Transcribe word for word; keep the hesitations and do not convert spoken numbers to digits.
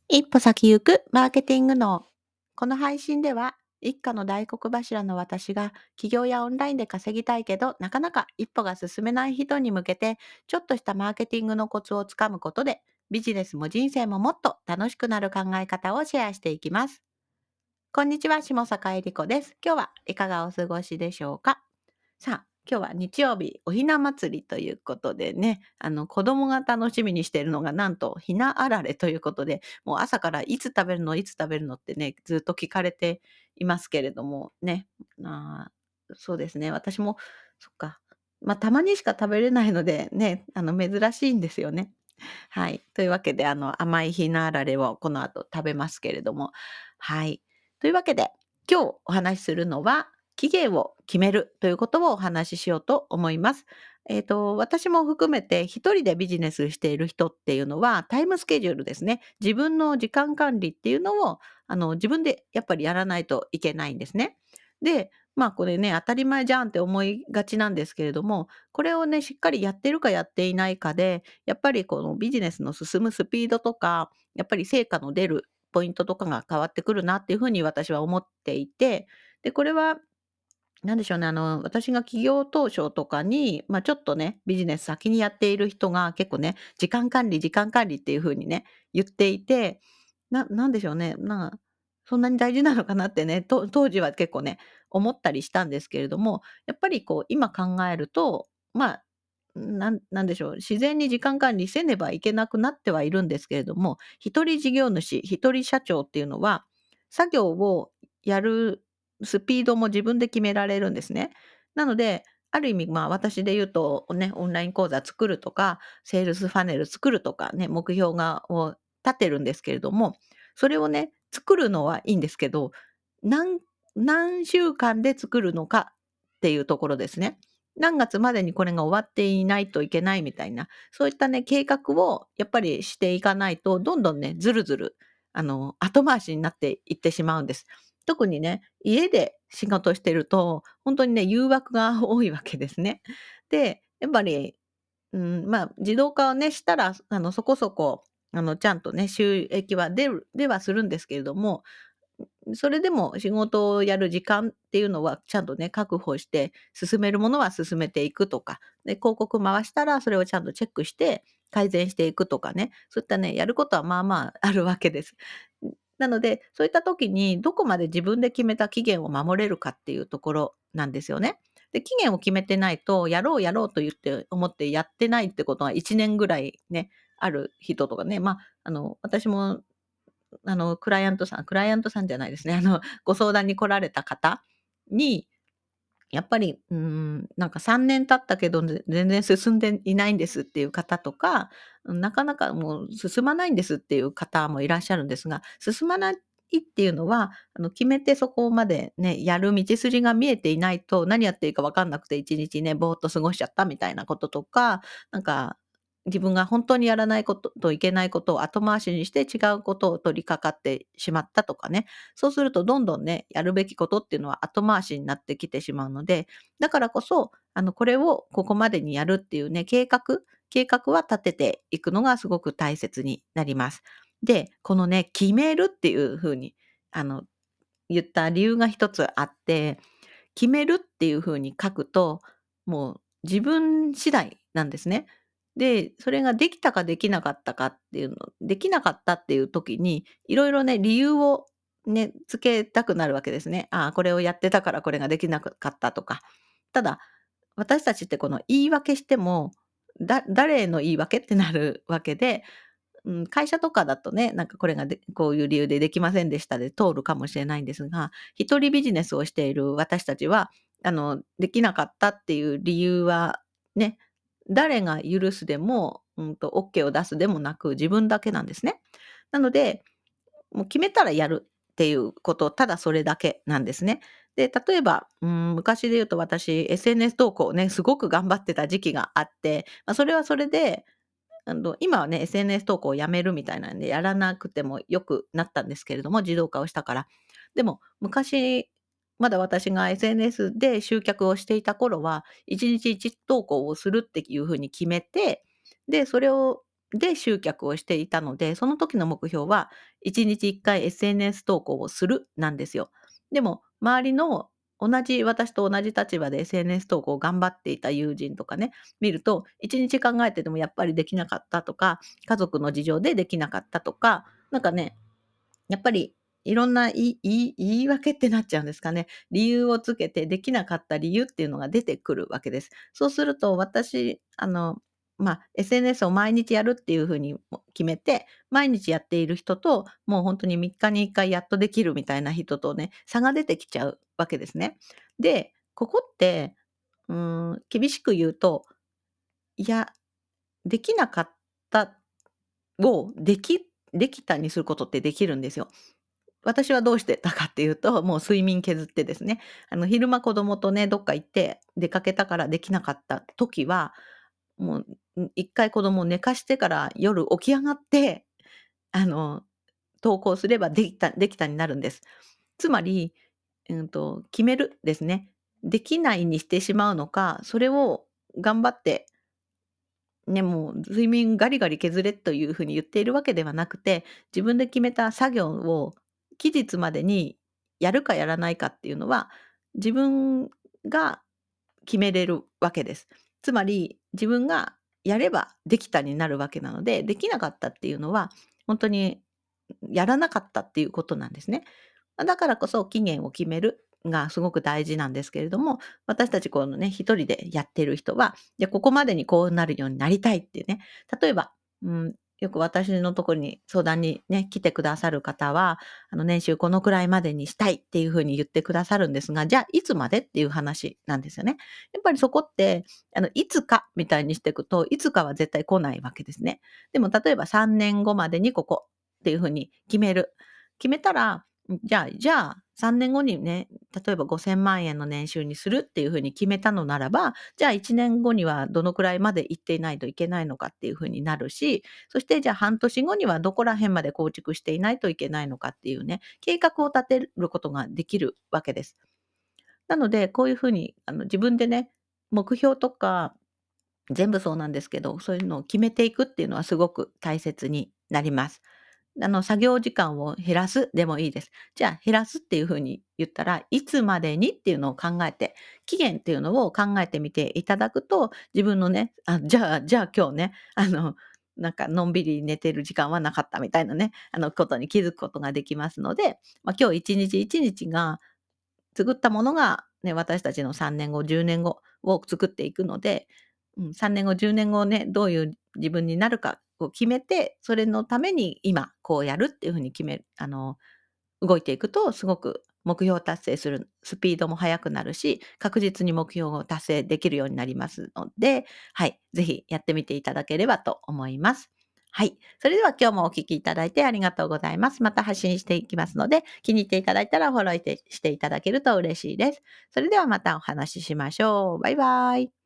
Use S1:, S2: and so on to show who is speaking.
S1: 一歩先行くマーケティング脳。この配信では、一家の大黒柱の私が起業やオンラインで稼ぎたいけど、なかなか一歩が進めない人に向けて、ちょっとしたマーケティングのコツをつかむことで、ビジネスも人生ももっと楽しくなる考え方をシェアしていきます。こんにちは、下坂恵理子です。今日はいかがお過ごしでしょうか？さあ、今日は日曜日、おひな祭りということでね、あの、子供が楽しみにしているのが、なんと、ひなあられということで、もう朝からいつ食べるのいつ食べるのってね、ずっと聞かれていますけれども、ね。あーそうですね、私も、そっか、ま、たまにしか食べれないので、ね、あの、珍しいんですよね。はい。というわけで、あの、甘いひなあられをこの後食べますけれども。はい。というわけで、今日お話しするのは、期限を決めるということをお話ししようと思います。えっと、私も含めて一人でビジネスしている人っていうのは、タイムスケジュールですね。自分の時間管理っていうのを、あの、自分でやっぱりやらないといけないんですね。で、まあ、これね、当たり前じゃんって思いがちなんですけれども、これをね、しっかりやってるかやっていないかで、やっぱりこのビジネスの進むスピードとか、やっぱり成果の出るポイントとかが変わってくるなっていうふうに私は思っていて、で、これはなんでしょうね、あの、私が起業当初とかに、ま、ちょっとね、ビジネス先にやっている人が結構ね、時間管理時間管理っていう風にね、言っていて、ななんでしょうね、なそんなに大事なのかなってね、と当時は結構ね、思ったりしたんですけれども、やっぱりこう今考えると、まあ、なんなんでしょう、自然に時間管理せねばいけなくなってはいるんですけれども、一人事業主、一人社長っていうのは、作業をやるスピードも自分で決められるんですね。なので、ある意味、まあ、私で言うと、ね、オンライン講座作るとか、セールスファネル作るとかね、目標がを立てるんですけれども、それをね、作るのはいいんですけど、何何週間で作るのかっていうところですね。何月までにこれが終わっていないといけないみたいな、そういったね、計画をやっぱりしていかないと、どんどんね、ずるずる、あの、後回しになっていってしまうんです。特にね、家で仕事してると、ほんとにね、誘惑が多いわけですね。で、やっぱり、うん、まあ、自動化をね、したら、あの、そこそこ、あの、ちゃんとね、収益は出る出はするんですけれども、それでも仕事をやる時間っていうのはちゃんとね、確保して、進めるものは進めていくとか、で、広告回したらそれをちゃんとチェックして改善していくとかね、そういったね、やることはまあまああるわけです。ん、なので、そういった時にどこまで自分で決めた期限を守れるかっていうところなんですよね。で、期限を決めてないと、やろうやろうと言って思ってやってないってことはいちねんぐらいね、ある人とかね、まあ、あの、私もあの、クライアントさんクライアントさんじゃないですね。あの、ご相談に来られた方に、やっぱり、うーん、なんかさんねん経ったけど、ぜ全然進んでいないんですっていう方とか、うん、なかなかもう進まないんですっていう方もいらっしゃるんですが、進まないっていうのは、あの、決めてそこまでね、やる道筋が見えていないと、何やっていいか分かんなくていちにちね、ぼーっと過ごしちゃったみたいなこととか、なんか自分が本当にやらないことといけないことを後回しにして違うことを取り掛かってしまったとかね。そうするとどんどんね、やるべきことっていうのは後回しになってきてしまうので、だからこそ、あの、これをここまでにやるっていうね、計画計画は立てていくのがすごく大切になります。で、このね、決めるっていう風に、あの、言った理由が一つあって、決めるっていう風に書くと、もう自分次第なんですね。で、それができたかできなかったかっていうのできなかったっていう時に、いろいろね、理由をね、つけたくなるわけですね。ああ、これをやってたからこれができなかったとか。ただ、私たちってこの言い訳しても、だ誰への言い訳ってなるわけで、うん、会社とかだとね、なんかこれがでこういう理由でできませんでしたで通るかもしれないんですが、一人ビジネスをしている私たちは、あの、できなかったっていう理由は、ね、誰が許すでも、うんと、オッケーを出すでもなく、自分だけなんですね。なので、もう決めたらやるっていうこと、ただそれだけなんですね。で、例えば、うん、昔で言うと私、エスエヌエス 投稿をね、すごく頑張ってた時期があって、まあ、それはそれで、あの、今はね、エスエヌエス 投稿をやめるみたいなんで、やらなくても良くなったんですけれども、自動化をしたから。でも、昔、まだ私が エスエヌエス で集客をしていた頃は、いちにちいち投稿をするっていう風に決めて、で、それをで集客をしていたので、その時の目標はいちにちいっかい エスエヌエス 投稿をするなんですよ。でも周りの同じ私と同じ立場で エスエヌエス 投稿を頑張っていた友人とかね、見るといちにち考えててもやっぱりできなかったとか、家族の事情でできなかったとか、なんかね、やっぱりいろんな、いいい言い訳ってなっちゃうんですかね。理由をつけてできなかった理由っていうのが出てくるわけです。そうすると私、あの、まあ、エスエヌエス を毎日やるっていう風にも決めて、毎日やっている人と、もうほんとにみっかにいっかいやっとできるみたいな人とね、差が出てきちゃうわけですね。で、ここって、うーん、厳しく言うと、いや、できなかったをできできたにすることってできるんですよ。私はどうしてたかっていうと、もう睡眠削ってですね、あの、昼間子供とね、どっか行って出かけたからできなかった時は、もう、ん、一回子供を寝かしてから夜起き上がって、あの、投稿すればできたできたになるんです。つまり、うんと、決めるですね。できないにしてしまうのか、それを頑張ってね、もう睡眠ガリガリ削れというふうに言っているわけではなくて、自分で決めた作業を期日までにやるかやらないかっていうのは、自分が決めれるわけです。つまり、自分がやればできたになるわけなので、できなかったっていうのは、本当にやらなかったっていうことなんですね。まだからこそ期限を決めるがすごく大事なんですけれども、私たちこのね、一人でやってる人は、で、ここまでにこうなるようになりたいっていうね、例えば、うん、よく私のところに相談にね、来てくださる方は、あの、年収このくらいまでにしたいっていう風に言ってくださるんですが、じゃあいつまでっていう話なんですよね。やっぱりそこって、あの、いつかみたいにしていくと、いつかは絶対来ないわけですね。でも例えばさんねんごまでにここっていう風に決める。決めたら、ん、じゃあじゃあ、さんねんごにね、例えばごせんまん円の年収にするっていう風に決めたのならば、じゃあいちねんごにはどのくらいまで行っていないといけないのかっていう風になるし、そしてじゃあ半年後にはどこら辺まで構築していないといけないのかっていうね、計画を立てることができるわけです。なので、こういう風にあの自分でね、目標とか全部そうなんですけど、そういうのを決めていくっていうのはすごく大切になります。あの、作業時間を減らすでもいいです。じゃあ、減らすっていう風に言ったら、いつまでにっていうのを考えて、期限っていうのを考えてみていただくと、自分のね、あ、じゃあじゃあ今日ね、あの、なんかのんびり寝てる時間はなかったみたいなね、あの、ことに気づくことができますので、まあ、今日いちにちいちにちが作ったものが、ね、私たちのさんねんご、じゅうねんごを作っていくので、うん、さんねんご、じゅうねんごね、どういう自分になるかを決めて、それのために今こうやるっていう風に決めあの、動いていくと、すごく目標を達成するスピードも速くなるし、確実に目標を達成できるようになりますので、はい、ぜひやってみていただければと思います。はい。それでは今日もお聞きいただいてありがとうございます。また発信していきますので、気に入っていただいたらフォローしてしていただけると嬉しいです。それではまたお話ししましょう。バイバイ。